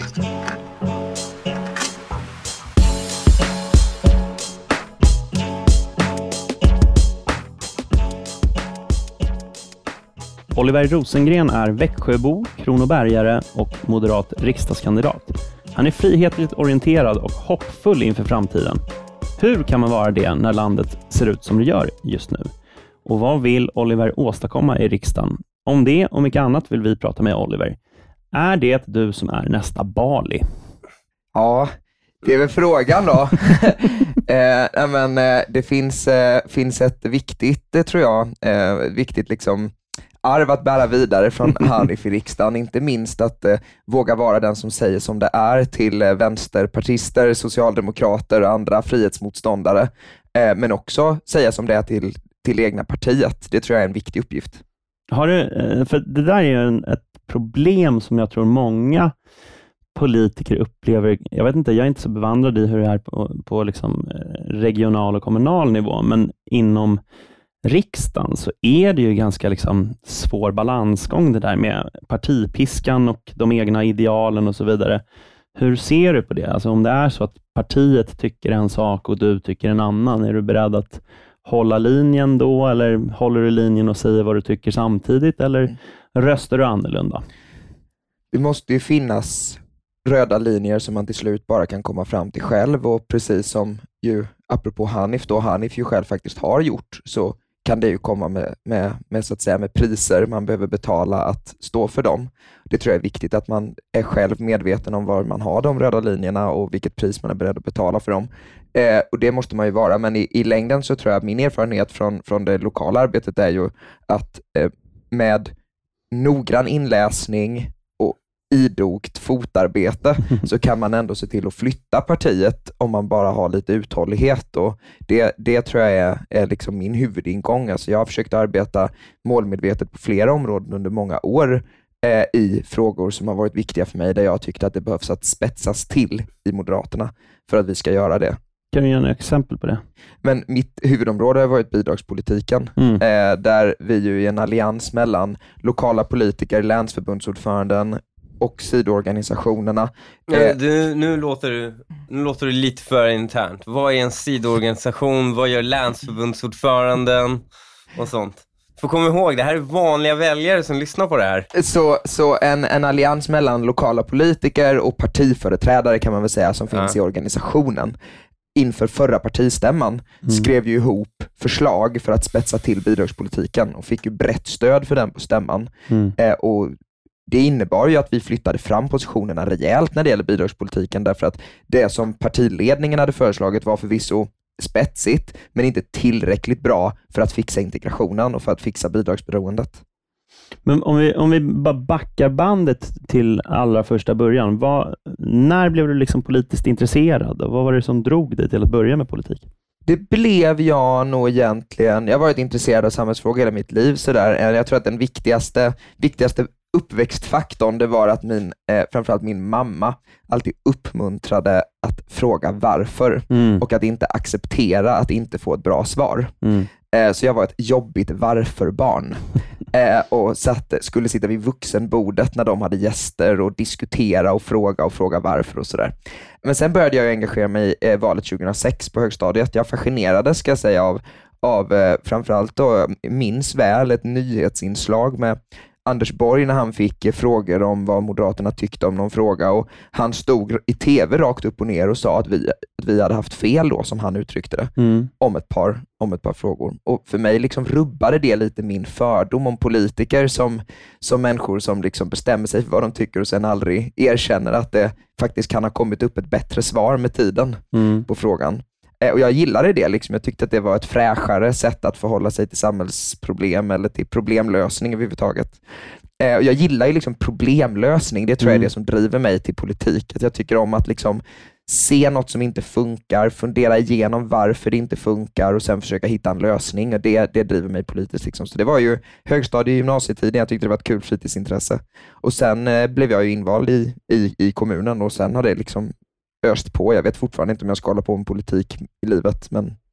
Oliver Rosengren är Växjöbo, kronobergare och moderat riksdagskandidat. Han är frihetligt orienterad och hoppfull inför framtiden. Hur kan man vara det när landet ser ut som det gör just nu? Och vad vill Oliver åstadkomma i riksdagen? Om det och mycket annat vill vi prata med Oliver. Är det du som är nästa Bali? Ja, det är väl frågan då. Det finns ett viktigt, tror jag, viktigt liksom arv att bära vidare från Hanif i riksdagen. Inte minst att våga vara den som säger som det är till vänsterpartister, socialdemokrater och andra frihetsmotståndare. Men också säga som det är till egna partiet. Det tror jag är en viktig uppgift. För det där är ju ett problem som jag tror många politiker upplever. Jag vet inte, jag är inte så bevandrad i hur det är på liksom regional och kommunal nivå, men inom riksdagen så är det ju ganska liksom svår balansgång det där med partipiskan och de egna idealen och så vidare. Hur ser du på det? Alltså om det är så att partiet tycker en sak och du tycker en annan, är du beredd att hålla linjen då, eller håller du linjen och säger vad du tycker samtidigt, eller röstar du annorlunda? Det måste ju finnas röda linjer som man till slut bara kan komma fram till själv, och precis som ju apropå Hanif ju själv faktiskt har gjort, så kan det ju komma med så att säga med priser man behöver betala att stå för dem. Det tror jag är viktigt, att man är själv medveten om var man har de röda linjerna och vilket pris man är beredd att betala för dem. Och det måste man ju vara, men i längden så tror jag att min erfarenhet från det lokala arbetet är ju att med noggrann inläsning och idogt fotarbete så kan man ändå se till att flytta partiet om man bara har lite uthållighet, och det tror jag är liksom min huvudingång. Alltså jag har försökt arbeta målmedvetet på flera områden under många år i frågor som har varit viktiga för mig, där jag tyckte att det behövs att spetsas till i Moderaterna för att vi ska göra det. Kan du ge några exempel på det? Men mitt huvudområde har varit bidragspolitiken, där vi ju i en allians mellan lokala politiker, länsförbundsordföranden och sidoorganisationerna. Nu låter du lite för internt. Vad är en sidoorganisation? Vad gör länsförbundsordföranden? Och sånt. För kom ihåg, det här är vanliga väljare som lyssnar på det här. Så en allians mellan lokala politiker och partiföreträdare kan man väl säga, som finns i organisationen. Inför förra partistämman skrev ju ihop förslag för att spetsa till bidragspolitiken och fick ju brett stöd för den på stämman. Och det innebar ju att vi flyttade fram positionerna rejält när det gäller bidragspolitiken, därför att det som partiledningen hade föreslagit var förvisso spetsigt, men inte tillräckligt bra för att fixa integrationen och för att fixa bidragsberoendet. Men om vi bara backar bandet till allra första början, när blev du liksom politiskt intresserad, och vad var det som drog dig till att börja med politik? Det blev jag nog egentligen. Jag har varit intresserad av samhällsfrågor hela mitt liv. Jag tror att den viktigaste uppväxtfaktorn, det var att framförallt min mamma alltid uppmuntrade att fråga varför och att inte acceptera att inte få ett bra svar. Så jag var ett jobbigt varför-barn och skulle sitta vid vuxenbordet när de hade gäster och diskutera och fråga varför och sådär. Men sen började jag engagera mig i valet 2006 på högstadiet. Jag fascinerades, ska jag säga, av framförallt då, minns väl ett nyhetsinslag med Anders Borg när han fick frågor om vad Moderaterna tyckte om någon fråga, och han stod i tv rakt upp och ner och sa att vi hade haft fel då, som han uttryckte det, om ett par frågor. Och för mig liksom rubbade det lite min fördom om politiker som människor som liksom bestämmer sig för vad de tycker och sen aldrig erkänner att det faktiskt kan ha kommit upp ett bättre svar med tiden på frågan. Och jag gillade det liksom. Jag tyckte att det var ett fräschare sätt att förhålla sig till samhällsproblem eller till problemlösning överhuvudtaget. Och jag gillar ju liksom problemlösning. Det tror jag är det som driver mig till politik. Att jag tycker om att liksom se något som inte funkar, fundera igenom varför det inte funkar och sen försöka hitta en lösning. Och det driver mig politiskt liksom. Så det var ju högstadie- och gymnasietiden. Jag tyckte det var ett kul fritidsintresse. Och sen blev jag ju invald i kommunen, och sen har det liksom öst på. Jag vet fortfarande inte om jag ska hålla på med politik i livet, men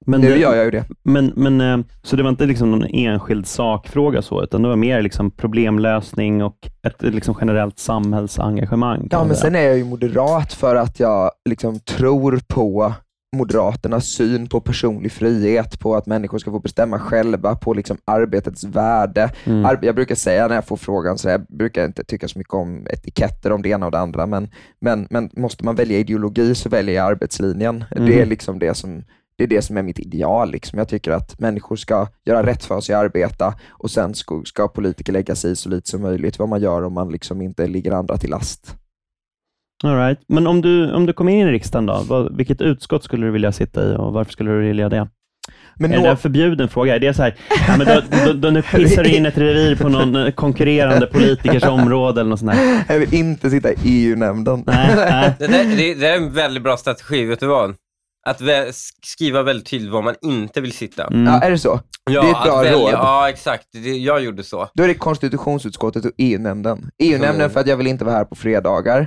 Men nu gör jag ju det. Men så det var inte liksom någon enskild sakfråga så, utan det var mer liksom problemlösning och ett liksom generellt samhällsengagemang. Ja, men sen är jag ju moderat för att jag liksom tror på Moderaternas syn på personlig frihet, på att människor ska få bestämma själva, på liksom arbetets värde. Jag brukar säga när jag får frågan, så jag brukar inte tycka så mycket om etiketter om det ena och det andra, men måste man välja ideologi så väljer jag arbetslinjen. Det är liksom det som är mitt ideal. Liksom. Jag tycker att människor ska göra rätt för sig, arbeta, och sen ska politiker lägga sig i så lite som möjligt vad man gör om man liksom inte ligger andra till last. All right. Men om du kommer in i riksdagen då, vilket utskott skulle du vilja sitta i och varför skulle du vilja det? Men är det en förbjuden fråga? Är det så här, ja, men då nu pissar du in ett revir på någon konkurrerande politikers område eller något sånt där? Jag vill inte sitta i EU-nämnden. Nej. Det är en väldigt bra strategi, vet du vad? Att skriva väldigt tydligt var man inte vill sitta. Ja, är det så? Ja, det är ett bra råd. Ja, exakt. Jag gjorde så. Då är det konstitutionsutskottet och EU-nämnden. EU-nämnden för att jag vill inte vara här på fredagar.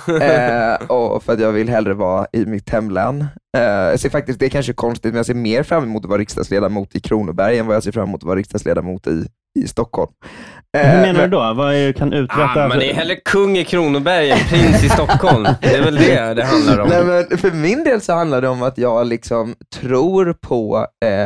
Och för att jag vill hellre vara i mitt hemlän. Jag ser faktiskt, det är kanske konstigt, men jag ser mer fram emot att vara riksdagsledamot i Kronoberg än vad jag ser fram emot att vara riksdagsledamot i Stockholm. Hur menar du då? Vad är det kan uträtta? Men det är hellre kung i Kronoberg än prins i Stockholm. Det är väl det handlar om. Nej, men för min del så handlar det om att jag liksom tror på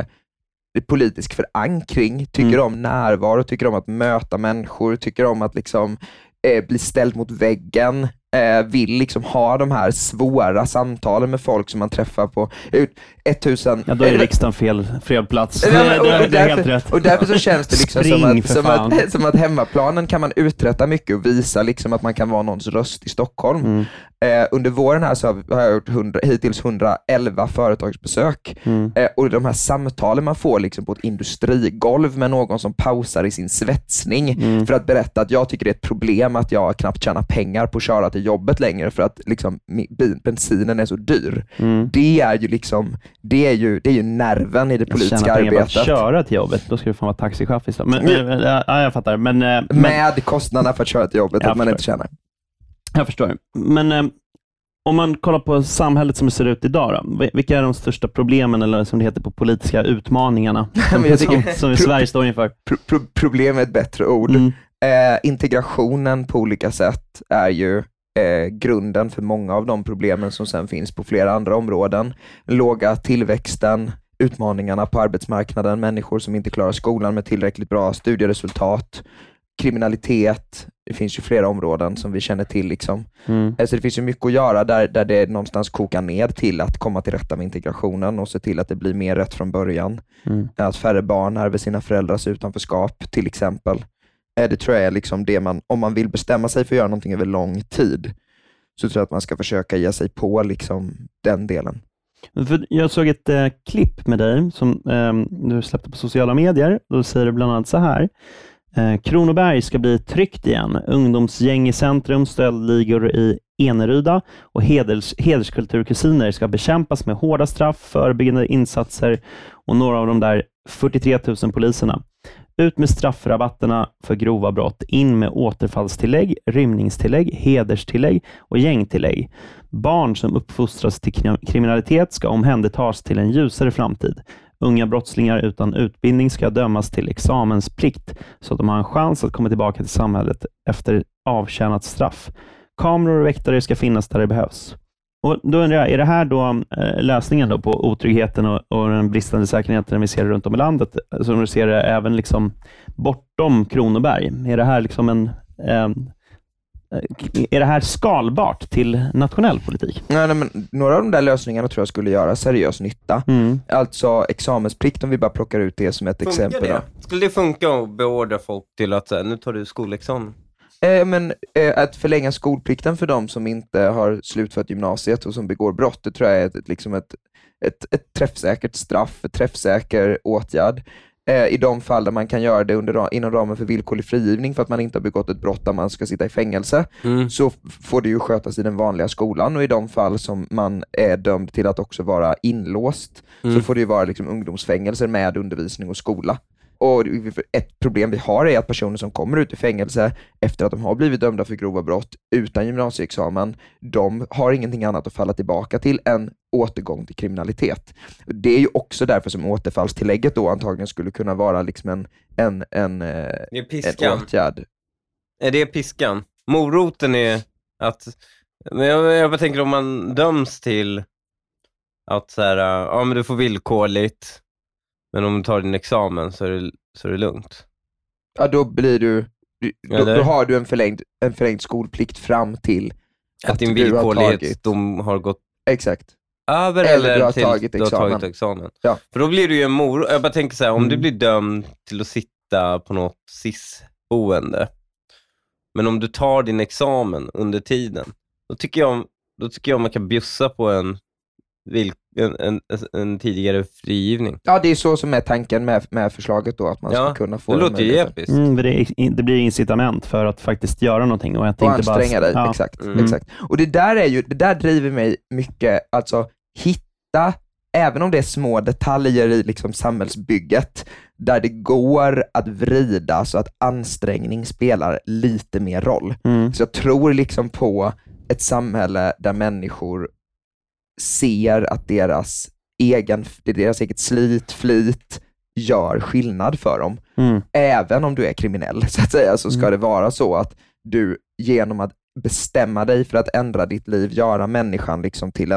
politisk förankring, tycker om närvaro, tycker om att möta människor, tycker om att liksom bli ställd mot väggen, vill liksom ha de här svåra samtalen med folk som man träffar på 1000... Ja, då är riksdagen fel plats. Det är helt rätt. Och därför så känns det liksom som att hemmaplanen kan man uträtta mycket och visa liksom att man kan vara någons röst i Stockholm. Under våren här så har jag gjort hittills 111 företagsbesök. Och de här samtalen man får liksom på ett industrigolv med någon som pausar i sin svetsning för att berätta att jag tycker det är ett problem att jag knappt tjänar pengar på att köra till jobbet längre för att liksom bensinen är så dyr. Det är ju liksom det är ju nerven i det politiska arbetet. På att köra till jobbet, då ska du fan vara taxichaufför istället. Ja, jag fattar. Med kostnaderna för att köra till jobbet att man inte tjänar. Jag förstår. Men om man kollar på samhället som det ser ut idag då, vilka är de största problemen, eller som det heter på politiska utmaningarna som Sverige står inför? Problem är ett bättre ord. Integrationen på olika sätt är ju grunden för många av de problemen som sen finns på flera andra områden. Låga tillväxten, utmaningarna på arbetsmarknaden, människor som inte klarar skolan med tillräckligt bra studieresultat, kriminalitet. Det finns ju flera områden som vi känner till liksom. Så det finns ju mycket att göra där det någonstans kokar ner till att komma till rätta med integrationen och se till att det blir mer rätt från början. Att färre barn ärver sina föräldrars utanförskap till exempel. Det tror jag är liksom det om man vill bestämma sig för att göra någonting över lång tid, så tror jag att man ska försöka ge sig på liksom den delen. För jag såg ett klipp med dig som du släppte på sociala medier. Då säger du bland annat så här: Kronoberg ska bli tryggt igen. Ungdomsgäng i centrum, stöldligor i Eneryda och hederskulturkusiner ska bekämpas med hårda straff, förebyggande insatser och några av de där 43 000 poliserna. Ut med straffrabatterna för grova brott, in med återfallstillägg, rymningstillägg, hederstillägg och gängtillägg. Barn som uppfostras till kriminalitet ska omhändertas till en ljusare framtid. Unga brottslingar utan utbildning ska dömas till examensplikt så att de har en chans att komma tillbaka till samhället efter avtjänat straff. Kameror och väktare ska finnas där det behövs. Och då undrar jag, är det här då lösningen då på otryggheten och den bristande säkerheten vi ser runt om i landet, som du ser det även liksom bortom Kronoberg? Är det här liksom är det här skalbart till nationell politik? Nej, men några av de där lösningarna tror jag skulle göra seriös nytta. Alltså examensplikt, om vi bara plockar ut det som ett exempel. Det? Skulle det funka att beordra folk till att nu tar du skolexamen? Att förlänga skolplikten för de som inte har slutfört gymnasiet och som begår brott, det tror jag är ett träffsäkert straff, ett träffsäker åtgärd. I de fall där man kan göra det inom ramen för villkorlig frigivning för att man inte har begått ett brott där man ska sitta i fängelse, så får det ju skötas i den vanliga skolan, och i de fall som man är dömd till att också vara inlåst så får det ju vara liksom ungdomsfängelser med undervisning och skola. Och ett problem vi har är att personer som kommer ut i fängelse efter att de har blivit dömda för grova brott utan gymnasieexamen, de har ingenting annat att falla tillbaka till än återgång till kriminalitet. Det är ju också därför som återfallstillägget då antagligen skulle kunna vara liksom en åtgärd. Är det piskan? Moroten är att, men jag bara tänker om man döms till att så här, ja men du får villkorligt, men om du tar din examen så är det lugnt. Ja, då blir då har du en förlängd skolplikt fram till att din villkorlighetsdom har gått exakt över eller du har tagit examen. Ja. För då blir du ju en jag bara tänker så här, om du blir dömd till att sitta på något SIS-boende, men om du tar din examen under tiden, då tycker jag man kan bjussa på en tidigare frigivning. Ja, det är så som är tanken med förslaget då, att man ska kunna få det låter ju episkt. Det blir incitament för att faktiskt göra någonting och inte anstränga dig. Ja. Exakt. Och det där driver mig mycket, alltså hitta, även om det är små detaljer i liksom samhällsbygget, där det går att vrida så att ansträngning spelar lite mer roll. Så jag tror liksom på ett samhälle där människor ser att deras eget flit gör skillnad för dem. Även om du är kriminell, så att säga, så ska det vara så att du genom att bestämma dig för att ändra ditt liv, göra människan liksom till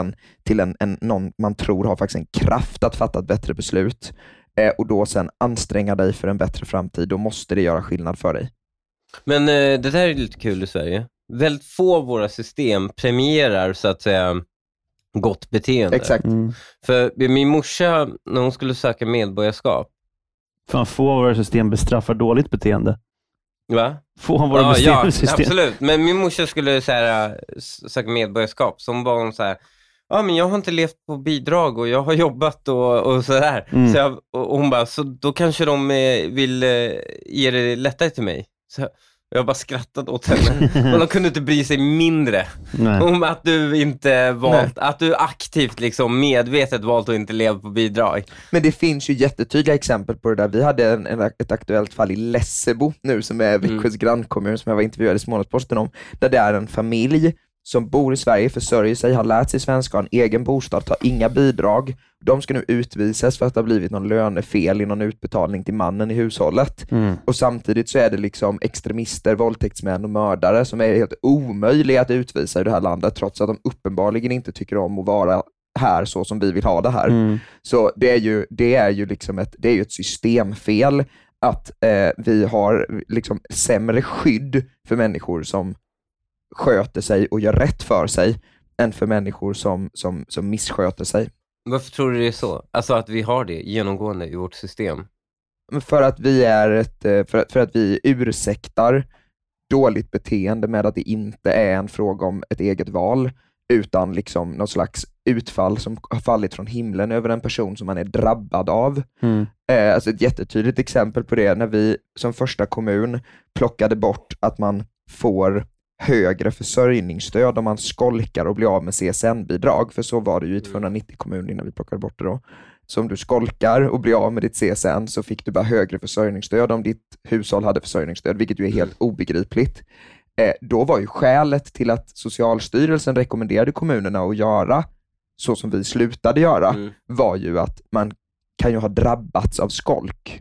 någon man tror har faktiskt en kraft att fatta ett bättre beslut, och då sen anstränga dig för en bättre framtid, då måste det göra skillnad för dig. Men det där är lite kul i Sverige. Väldigt få av våra system premierar så att säga gott beteende. Exakt. För min morsa, när hon skulle söka medborgarskap, fan, få av våra system bestraffar dåligt beteende. Va? Få av våra system. Absolut. Men min morsa skulle så här, söka medborgarskap, som var hon så här: ja, men jag har inte levt på bidrag och jag har jobbat och sådär. Så och hon bara, så då kanske de vill ge det lättare till mig. Så jag bara skrattade åt henne. Men de kunde inte bry sig mindre om att du inte valt, att du aktivt liksom medvetet valt att inte leva på bidrag. Men det finns ju jättetydliga exempel på det där. Vi hade ett aktuellt fall i Lessebo nu, som är Växjös grannkommun, som jag var intervjuad i Smålandsposten om, där det är en familj som bor i Sverige, försörjer sig, har lärt sig svenska, har en egen bostad, tar inga bidrag. De ska nu utvisas för att det har blivit någon lönefel i någon utbetalning till mannen i hushållet. Och samtidigt så är det liksom extremister, våldtäktsmän och mördare som är helt omöjliga att utvisa i det här landet, trots att de uppenbarligen inte tycker om att vara här så som vi vill ha det här. Så det är ju liksom ett systemfel att vi har liksom sämre skydd för människor som sköter sig och gör rätt för sig än för människor som missköter sig. Varför tror du det är så? Alltså att vi har det genomgående i vårt system? För att vi för att vi ursäktar dåligt beteende med att det inte är en fråga om ett eget val, utan liksom någon slags utfall som har fallit från himlen över en person som man är drabbad av. Alltså ett jättetydligt exempel på det, när vi som första kommun plockade bort att man får högre försörjningsstöd om man skolkar och blir av med CSN-bidrag, för så var det ju i 290 kommuner innan vi plockade bort det då. Så om du skolkar och blir av med ditt CSN så fick du bara högre försörjningsstöd om ditt hushåll hade försörjningsstöd, vilket ju är helt obegripligt. Då var ju skälet till att Socialstyrelsen rekommenderade kommunerna att göra så som vi slutade göra, var ju att man kan ju ha drabbats av skolk.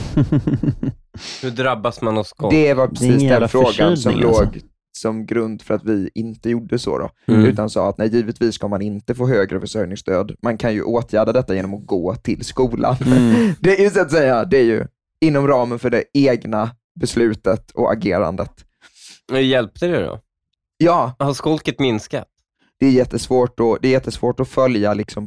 Hur drabbas man av skolk? Det var precis den frågan som låg som grund för att vi inte gjorde så då. Utan sa att nej, givetvis ska man inte få högre försörjningsstöd. Man kan ju åtgärda detta genom att gå till skolan. Det är ju så att säga, det är ju inom ramen för det egna beslutet och agerandet. Hjälpte det då? Ja. Har skolket minskat? Det är jättesvårt att följa liksom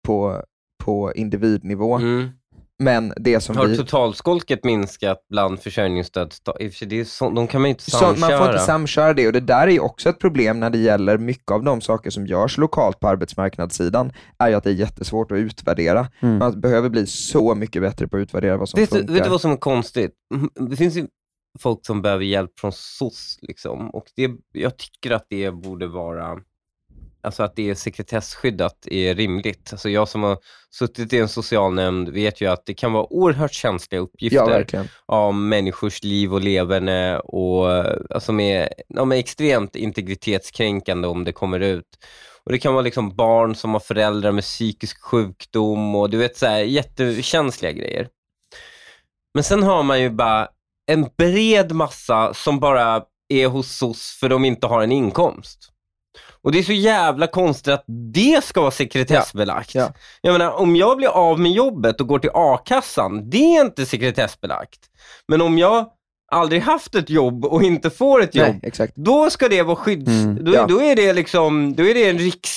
på individnivå. Men det som har totalskolket minskat bland försörjningsstöd? De kan man ju inte samköra. Man får inte samköra det, och det där är ju också ett problem när det gäller mycket av de saker som görs lokalt på arbetsmarknadssidan, är ju att det är jättesvårt att utvärdera. Man behöver bli så mycket bättre på att utvärdera vad som funkar. Vet du vad som är konstigt? Det finns ju folk som behöver hjälp från SOS liksom, och jag tycker att det borde vara alltså att det är sekretesskyddat är rimligt. Alltså jag som har suttit i en socialnämnd vet ju att det kan vara oerhört känsliga uppgifter om människors liv och leverne och alltså de är extremt integritetskränkande om det kommer ut. Och det kan vara liksom barn som har föräldrar med psykisk sjukdom och du vet så här jättekänsliga grejer. Men sen har man ju bara en bred massa som bara är hos oss för de inte har en inkomst. Och det är så jävla konstigt att det ska vara sekretessbelagt. Ja. Jag menar, om jag blir av med jobbet och går till A-kassan, det är inte sekretessbelagt. Men om jag aldrig haft ett jobb och inte får ett jobb, då ska det vara då är det liksom, då är det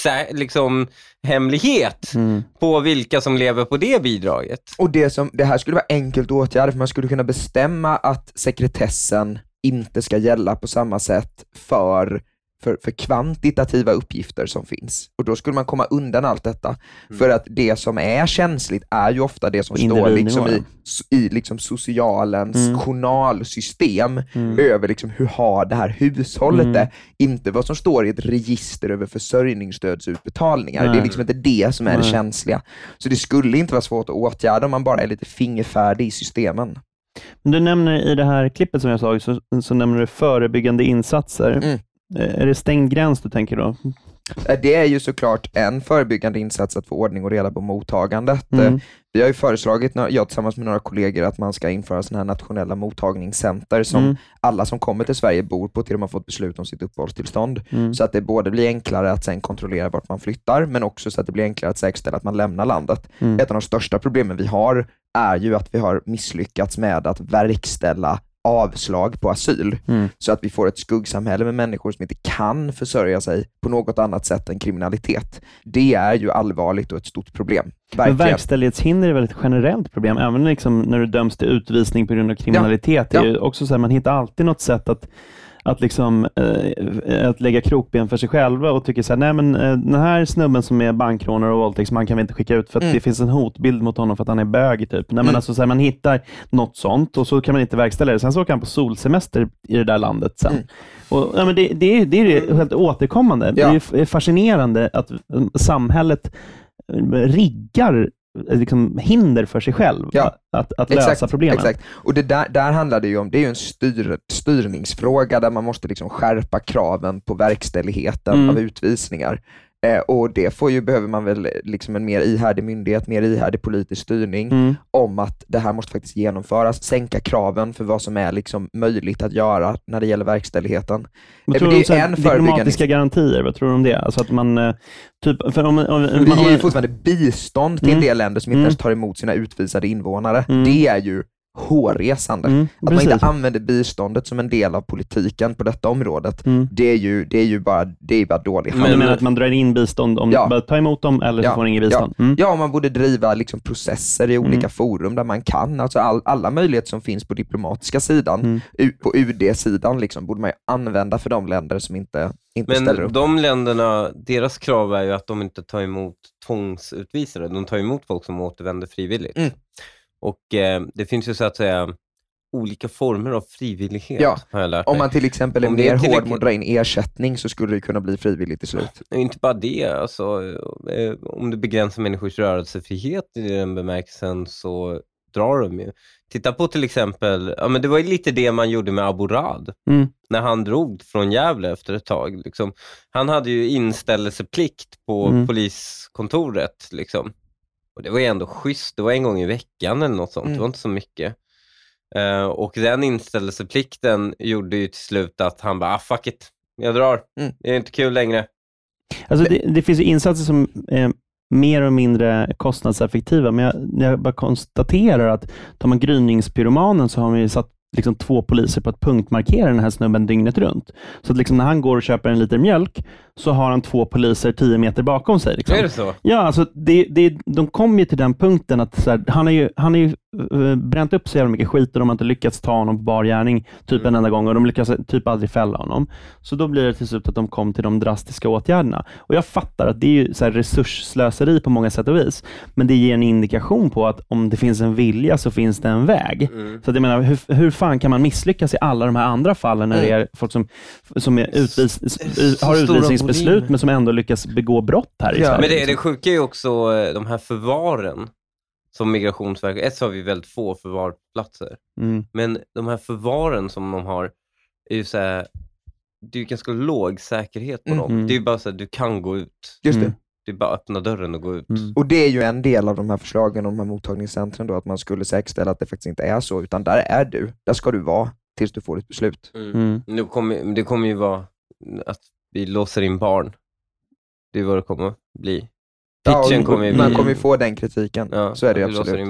en hemlighet på vilka som lever på det bidraget. Och det här skulle vara enkelt åtgärd, för man skulle kunna bestämma att sekretessen inte ska gälla på samma sätt för kvantitativa uppgifter som finns. Och då skulle man komma undan allt detta. För att det som är känsligt är ju ofta det som står liksom i liksom socialens journalsystem över liksom hur har det här hushållet det. Inte vad som står i ett register över försörjningsstödsutbetalningar. Det är liksom inte det som är det känsliga. Så det skulle inte vara svårt att åtgärda om man bara är lite fingerfärdig i systemen. Du nämner i det här klippet som jag sa så nämner du förebyggande insatser. Är det stängd gräns du tänker då? Det är ju såklart en förebyggande insats att få ordning och reda på mottagandet. Vi har ju föreslagit, jag tillsammans med några kollegor, att man ska införa sådana här nationella mottagningscenter som alla som kommer till Sverige bor på till de har fått beslut om sitt uppehållstillstånd. Så att det både blir enklare att sen kontrollera vart man flyttar, men också så att det blir enklare att säkerställa att man lämnar landet. Ett av de största problemen vi har är ju att vi har misslyckats med att verkställa avslag på asyl. Så att vi får ett skuggsamhälle med människor som inte kan försörja sig på något annat sätt än kriminalitet. Det är ju allvarligt och ett stort problem. Men verkställighetshinder är väl ett generellt problem, även liksom när du döms till utvisning på grund av kriminalitet. Det är ju också så här, man hittar alltid något sätt att liksom att lägga krokben för sig själva och tycker så här, nej men den här snubben som är bankrånare och våldtäktsman kan vi inte skicka ut för att det finns en hotbild mot honom för att han är bög typ. Nej men alltså så här, man hittar något sånt och så kan man inte verkställa det. Sen så kan han på solsemester i det där landet sen. Och ja, men det är helt återkommande. Det är fascinerande att samhället riggar liksom hinder för sig själv att lösa problemen. Exakt. Och det där handlar det ju om, det är ju en styrningsfråga där man måste liksom skärpa kraven på verkställigheten av utvisningar. Och det behöver man väl liksom en mer ihärdig myndighet, mer ihärdig politisk styrning om att det här måste faktiskt genomföras, sänka kraven för vad som är liksom möjligt att göra när det gäller verkställigheten. Vad tror du om diplomatiska garantier? Vad tror du om det? Alltså att man typ, för vi ger ju fortfarande bistånd till en del länder som inte ens tar emot sina utvisade invånare. Det är ju hårresande. Att man inte använder biståndet som en del av politiken på detta området, det är bara dåligt. Men du menar att man drar in bistånd om bara ta emot dem eller så får ingen bistånd? Ja, man borde driva liksom processer i olika forum där man kan, alltså alla möjligheter som finns på diplomatiska sidan, på UD-sidan liksom, borde man ju använda för de länder som inte ställer upp. Men de länderna, deras krav är ju att de inte tar emot tvångsutvisare, de tar emot folk som återvänder frivilligt. Och det finns ju så att säga olika former av frivillighet, har jag lärt mig. Om man till exempel är mer hård mot att dra in ersättning så skulle det kunna bli frivilligt till slut. Inte bara det, alltså, om du begränsar människors rörelsefrihet i den bemärkelsen så drar de ju. Titta på till exempel, men det var ju lite det man gjorde med Abu Rad när han drog från Gävle efter ett tag. Liksom. Han hade ju inställelseplikt på poliskontoret liksom. Och det var ju ändå schysst. Det var en gång i veckan eller något sånt. Det var inte så mycket. Och den inställelseplikten gjorde ju till slut att han bara, fuck it. Jag drar. Det är inte kul längre. Alltså det finns ju insatser som är mer och mindre kostnadseffektiva. Men jag bara konstaterar att tar man gryningspyromanen så har man ju satt liksom 2 poliser på att punktmarkera den här snubben dygnet runt. Så att liksom när han går och köper en liter mjölk så har han 2 poliser 10 meter bakom sig. Liksom. Är det så? Ja, alltså de kommer ju till den punkten att så här, han är ju bränt upp så jävla mycket skit och de har inte lyckats ta honom på bar gärning typ en enda gång och de lyckas typ aldrig fälla honom. Så då blir det till slut att de kom till de drastiska åtgärderna. Och jag fattar att det är ju så här resursslöseri på många sätt och vis. Men det ger en indikation på att om det finns en vilja så finns det en väg. Så att jag menar, hur fan kan man misslyckas i alla de här andra fallen när det är folk som är har utvisningsbeslut men som ändå lyckas begå brott här i Sverige? Men det sjuka är ju också de här förvaren som Migrationsverket, så har vi väldigt få förvarplatser. Men de här förvaren som de har är ju så här, det är ju ganska låg säkerhet på dem. Det är ju bara så att du kan gå ut. Just det. Det är bara att öppna dörren och gå ut. Och det är ju en del av de här förslagen om de här mottagningscentren då, att man skulle säkerställa att det faktiskt inte är så, utan där är du. Där ska du vara tills du får ditt beslut. Det kommer ju vara att vi låser in barn. Det är vad det kommer bli. Man kommer ju få den kritiken. Ja, så är det absolut.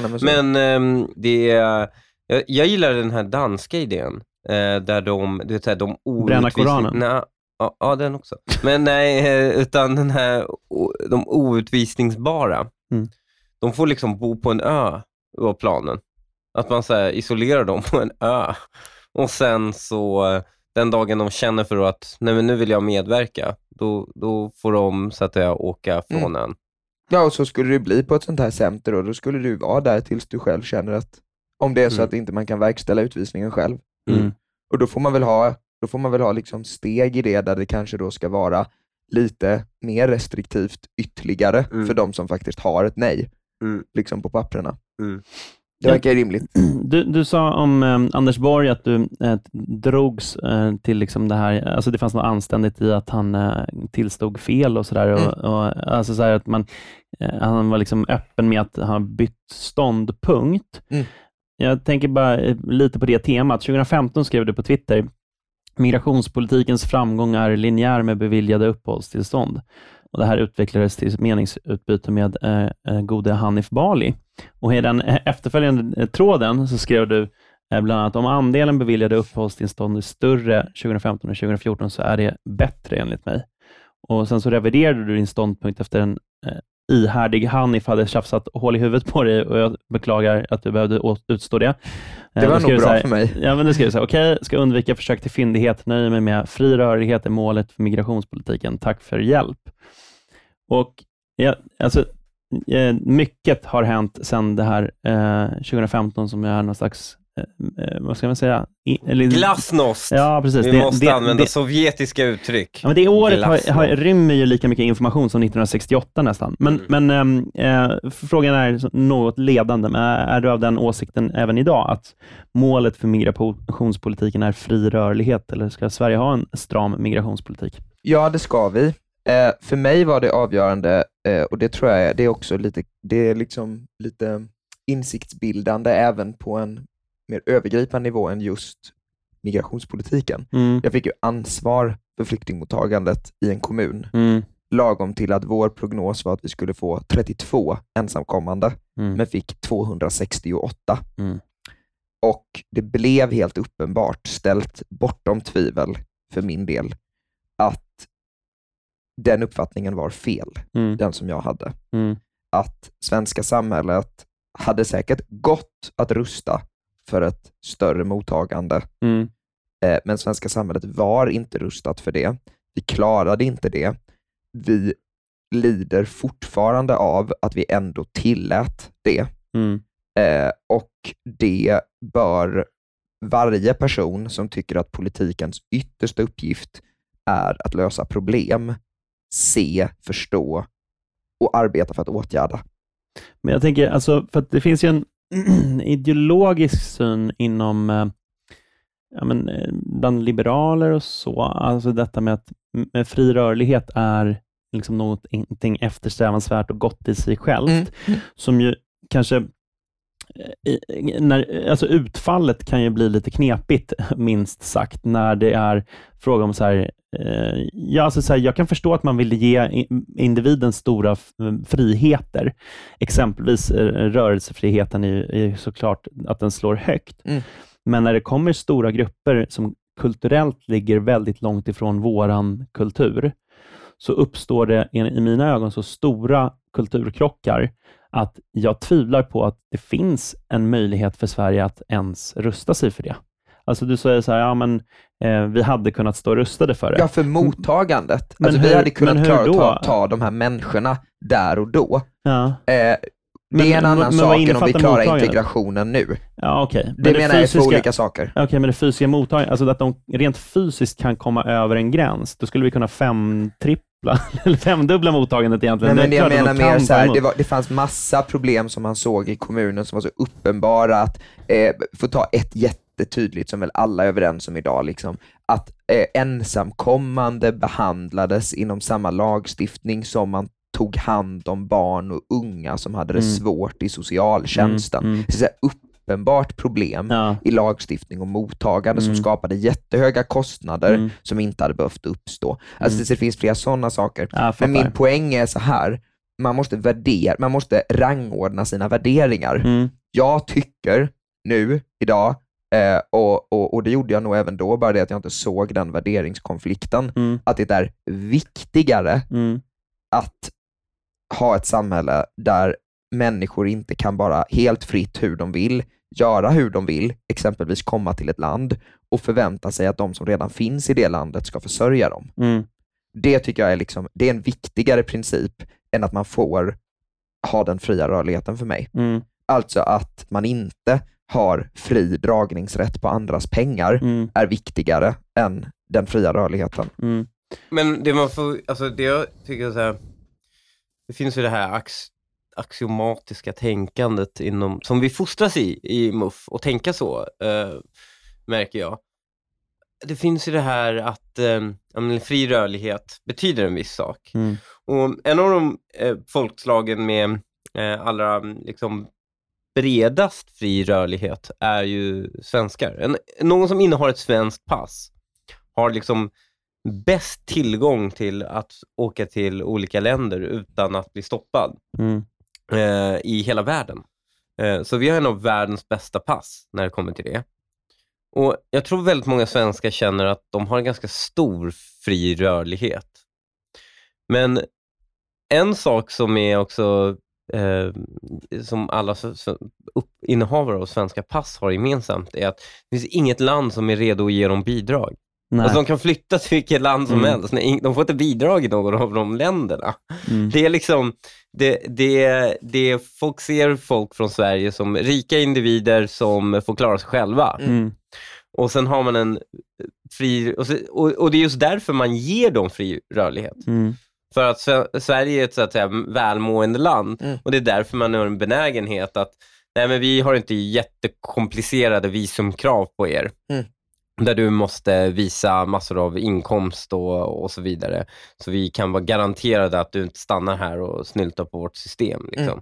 Men det är, jag gillar den här danska idén där de bränna Koranen. Ja, den också. Men nej, utan den här de outvisningsbara. De får liksom bo på en ö på planen. Att man så här isolerar dem på en ö. Och sen så den dagen de känner för att nej, men nu vill jag medverka, då får de så att jag åka från ön. Ja, och så skulle det bli på ett sånt här center och då skulle du vara där tills du själv känner att om det är så att inte man kan verkställa utvisningen själv. Och då får man väl ha liksom steg i det där det kanske då ska vara lite mer restriktivt ytterligare för de som faktiskt har ett nej liksom på papperna. Det verkar rimligt. Du sa om Anders Borg att du drogs till liksom det här, alltså det fanns något anständigt i att han tillstod fel och sådär och alltså så här att han var liksom öppen med att han bytt ståndpunkt. Jag tänker bara lite på det temat. 2015 skrev du på Twitter: migrationspolitikens framgång är linjär med beviljade uppehållstillstånd. Och det här utvecklades till meningsutbyte med gode Hanif Bali. Och i den efterföljande tråden så skrev du bland annat: om andelen beviljade uppehållstillstånd är större 2015 och 2014 så är det bättre enligt mig. Och sen så reviderade du din ståndpunkt efter en ihärdig Hanif hade tjafsat hål i huvudet på dig och jag beklagar att du behövde utstå det. Det var nog bra för mig. Ja, men det skrev så här: okej, ska undvika försök till fyndighet, nöjer mig med fri rörlighet är målet för migrationspolitiken. Tack för hjälp. Och alltså mycket har hänt sedan det här 2015 som är någon slags vad ska man säga? Glasnost. Ja, precis. Vi måste använda sovjetiska uttryck. Ja, men det året rymmer ju lika mycket information som 1968 nästan. Men frågan är något ledande. Men är du av den åsikten även idag att målet för migrationspolitiken är fri rörlighet, eller ska Sverige ha en stram migrationspolitik? Ja, det ska vi. För mig var det avgörande och det tror jag det är också lite, det är liksom lite insiktsbildande även på en mer övergripande nivå än just migrationspolitiken. Jag fick ju ansvar för flyktingmottagandet i en kommun. Lagom till att vår prognos var att vi skulle få 32 ensamkommande men fick 268. Och det blev helt uppenbart, ställt bortom tvivel för min del, att den uppfattningen var fel, den som jag hade. Att svenska samhället hade säkert gått att rusta för ett större mottagande. Men svenska samhället var inte rustat för det. Vi klarade inte det. Vi lider fortfarande av att vi ändå tillät det. Och det bör varje person som tycker att politikens yttersta uppgift är att lösa problem se, förstå och arbeta för att åtgärda. Men jag tänker, alltså, för att det finns ju en ideologisk syn inom bland liberaler och så, alltså detta med att fri rörlighet är liksom någonting eftersträvansvärt och gott i sig självt, som ju kanske alltså utfallet kan ju bli lite knepigt, minst sagt, när det är fråga om så här, jag kan förstå att man vill ge individen stora friheter, exempelvis rörelsefriheten är såklart att den slår högt, men när det kommer stora grupper som kulturellt ligger väldigt långt ifrån våran kultur, så uppstår det i mina ögon så stora kulturkrockar att jag tvivlar på att det finns en möjlighet för Sverige att ens rusta sig för det. Alltså du säger så här, ja men vi hade kunnat stå rustade för det. Ja, för mottagandet. Alltså vi hade kunnat klara att ta de här människorna där och då. Ja. Det är en annan sak än om vi klarar integrationen nu. Ja, okej. Det menar jag är två olika saker. Okej, men det fysiska mottagandet, alltså att de rent fysiskt kan komma över en gräns, då skulle vi kunna eller femdubbla mottagandet egentligen. Nej, men jag menar mer så här, det fanns massa problem som man såg i kommunen som var så uppenbara att, få ta ett jättetydligt som väl alla är överens om idag, liksom, att ensamkommande behandlades inom samma lagstiftning som man tog hand om barn och unga som hade det svårt i socialtjänsten. Så uppenbart problem i lagstiftning och mottagande som skapade jättehöga kostnader som inte hade behövt uppstå. Alltså det finns flera sådana saker. Men min poäng är så här, man måste rangordna sina värderingar. Jag tycker nu, idag, och det gjorde jag nog även då, bara det att jag inte såg den värderingskonflikten, att det är viktigare att ha ett samhälle där människor inte kan bara helt fritt hur de vill, göra hur de vill, exempelvis komma till ett land och förvänta sig att de som redan finns i det landet ska försörja dem. Det tycker jag är det är en viktigare princip än att man får ha den fria rörligheten för mig. Alltså att man inte har fri dragningsrätt på andras pengar är viktigare än den fria rörligheten. Men det man får, alltså det jag tycker så här, det finns ju det här axiomatiska tänkandet som vi fostras i MUF, och tänka så, märker jag. Det finns ju det här att fri rörlighet betyder en viss sak. Och en av de folkslagen med allra liksom bredast fri rörlighet är ju svenskar. Någon som innehar ett svenskt pass har liksom bäst tillgång till att åka till olika länder utan att bli stoppad i hela världen. Så vi har en av världens bästa pass när det kommer till det. Och jag tror väldigt många svenskar känner att de har en ganska stor fri rörlighet. Men en sak som är också som alla innehavare av svenska pass har gemensamt är att det finns inget land som är redo att ge dem bidrag. Alltså de kan flytta till vilket land som helst. De får inte bidrag i någon av de länderna. Det är liksom folk ser folk från Sverige som rika individer som får klara sig själva. Och sen har man en fri, och det är just därför man ger dem fri rörlighet. För att Sverige är ett så att säga välmående land, och det är därför man har en benägenhet att nej, men vi har inte jättekomplicerade visumkrav på er. Där du måste visa massor av inkomst och så vidare. Så vi kan vara garanterade att du inte stannar här och snyltar på vårt system. Liksom.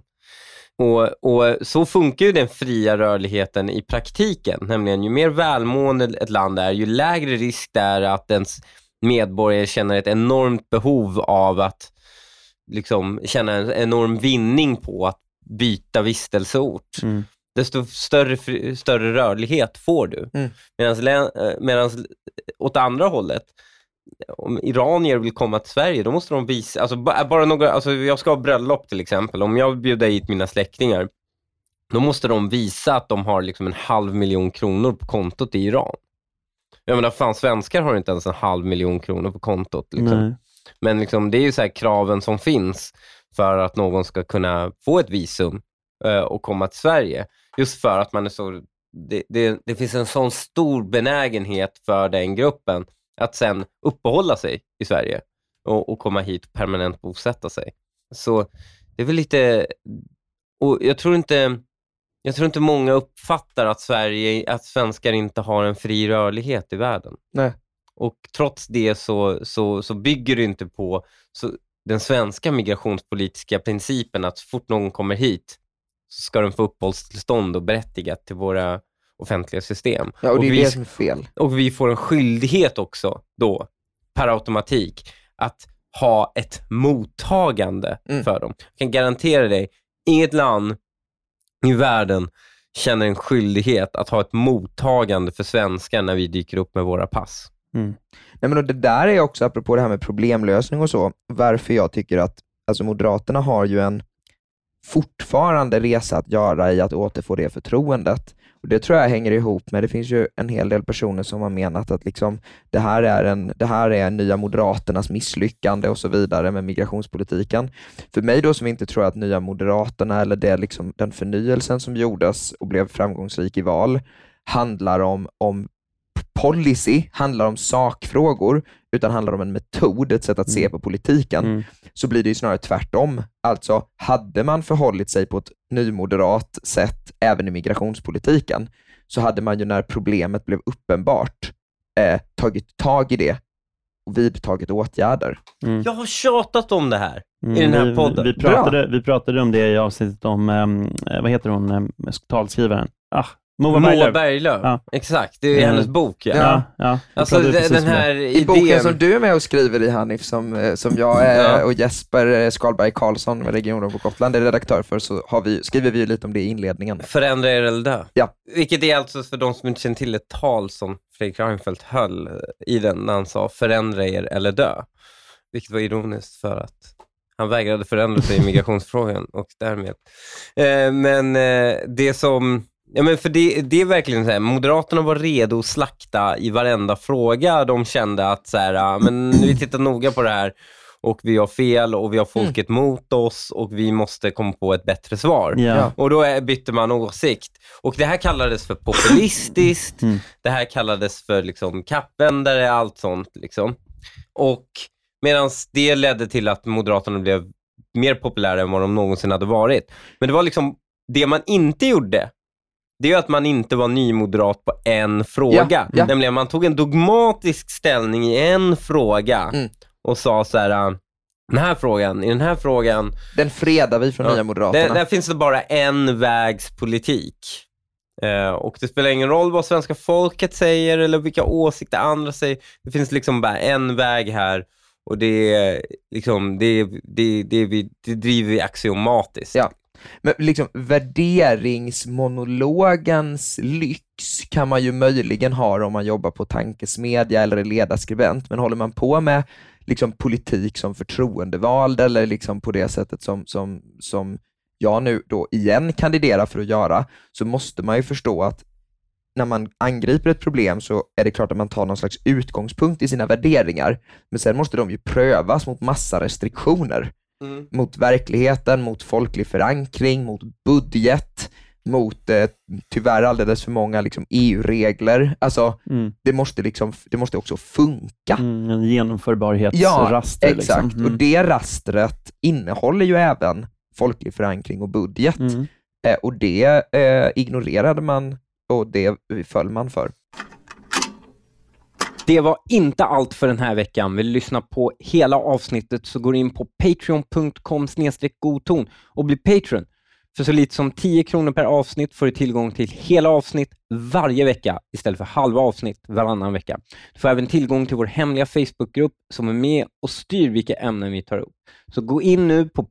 Och så funkar ju den fria rörligheten i praktiken. Nämligen ju mer välmående ett land är, ju lägre risk det är att ens medborgare känner ett enormt behov av att liksom känna en enorm vinning på att byta vistelseort. Desto större rörlighet får du. Medan åt andra hållet, om iranier vill komma till Sverige, då måste de visa, alltså bara några, alltså jag ska ha bröllop till exempel, om jag bjuder hit mina släktingar, då måste de visa att de har liksom 500 000 kronor på kontot i Iran. Jag menar, fan, svenskar har inte ens 500 000 kronor på kontot liksom. Men liksom, det är ju så här kraven som finns för att någon ska kunna få ett visum och komma till Sverige. Just för att man är så, det finns en sån stor benägenhet för den gruppen att sen uppehålla sig i Sverige och komma hit och permanent bosätta sig. Så det är väl lite, och jag tror inte många uppfattar att svenskar inte har en fri rörlighet i världen. Nej. Och trots det så bygger det inte på den svenska migrationspolitiska principen att så fort någon kommer hit så ska de få uppehållstillstånd och berättigat till våra offentliga system. Ja, och det är det som är fel. Och vi får en skyldighet också då, per automatik, att ha ett mottagande för dem. Jag kan garantera dig, inget land i världen känner en skyldighet att ha ett mottagande för svenskar när vi dyker upp med våra pass. Nej, men det där är också, apropå det här med problemlösning och så, varför jag tycker att alltså Moderaterna har ju en fortfarande resa att göra i att återfå det förtroendet. Och det tror jag hänger ihop med, det finns ju en hel del personer som har menat att liksom, det här är Nya Moderaternas misslyckande och så vidare med migrationspolitiken. För mig då som inte tror att Nya Moderaterna eller det liksom, den förnyelsen som gjordes och blev framgångsrik i val handlar om policy, handlar om sakfrågor, utan handlar om en metod, ett sätt att se på politiken, så blir det ju snarare tvärtom. Alltså, hade man förhållit sig på ett nymoderat sätt även i migrationspolitiken, så hade man ju när problemet blev uppenbart tagit tag i det och vidtagit åtgärder. Jag har tjatat om det här i den här podden. Vi pratade om det i avsnittet om, vad heter hon, talskrivaren? Moa Berglöf. Ja. Exakt, det är hennes bok. Ja. Alltså den här i boken som du är med och skriver i, Hanif, som jag är och Jesper Skalberg Karlsson med regionen på Gotland är redaktör för, så skriver vi ju lite om det i inledningen. Förändra er eller dö. Ja. Vilket är alltså, för de som inte känner till, ett tal som Fredrik Reinfeldt höll i den när han sa förändra er eller dö. Vilket var ironiskt för att han vägrade förändra sig i migrationsfrågan och därmed. Men det som... Ja, men för det är verkligen så här, Moderaterna var redo att slakta i varenda fråga. De kände att så här, men vi tittar noga på det här och vi har fel och vi har folket mot oss och vi måste komma på ett bättre svar. Yeah. Och då bytte man åsikt. Och det här kallades för populistiskt. Det här kallades för liksom kappvändare, allt sånt liksom. Och medan det ledde till att Moderaterna blev mer populära än vad de någonsin hade varit. Men det var liksom det man inte gjorde. Det är ju att man inte var nymoderat på en fråga. Ja. Nämligen man tog en dogmatisk ställning i en fråga och sa så här, i den här frågan den fredar vi från Nya Moderaterna. Där finns det bara en vägspolitik. Och det spelar ingen roll vad svenska folket säger eller vilka åsikter andra säger. Det finns liksom bara en väg här. Och det driver vi axiomatiskt. Ja. Men liksom värderingsmonologens lyx kan man ju möjligen ha om man jobbar på tankesmedja eller är ledarskribent, men håller man på med liksom politik som förtroendevald eller liksom på det sättet som jag nu då igen kandiderar för att göra, så måste man ju förstå att när man angriper ett problem så är det klart att man tar någon slags utgångspunkt i sina värderingar, men sen måste de ju prövas mot massa restriktioner. Mot verkligheten, mot folklig förankring, mot budget, mot tyvärr alldeles för många liksom EU-regler. Alltså det måste också funka. En genomförbarhetsraster. Ja, exakt. Liksom. Och det rastret innehåller ju även folklig förankring och budget. Och det ignorerade man och det föll man för. Det var inte allt för den här veckan. Vill du lyssna på hela avsnittet så går in på patreon.com/godton och bli Patreon. För så lite som 10 kronor per avsnitt får du tillgång till hela avsnitt varje vecka istället för halva avsnitt varannan vecka. Du får även tillgång till vår hemliga Facebookgrupp som är med och styr vilka ämnen vi tar upp. Så gå in nu på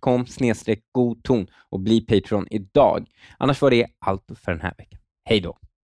patreon.com/godton och bli Patreon idag. Annars var det allt för den här veckan. Hej då!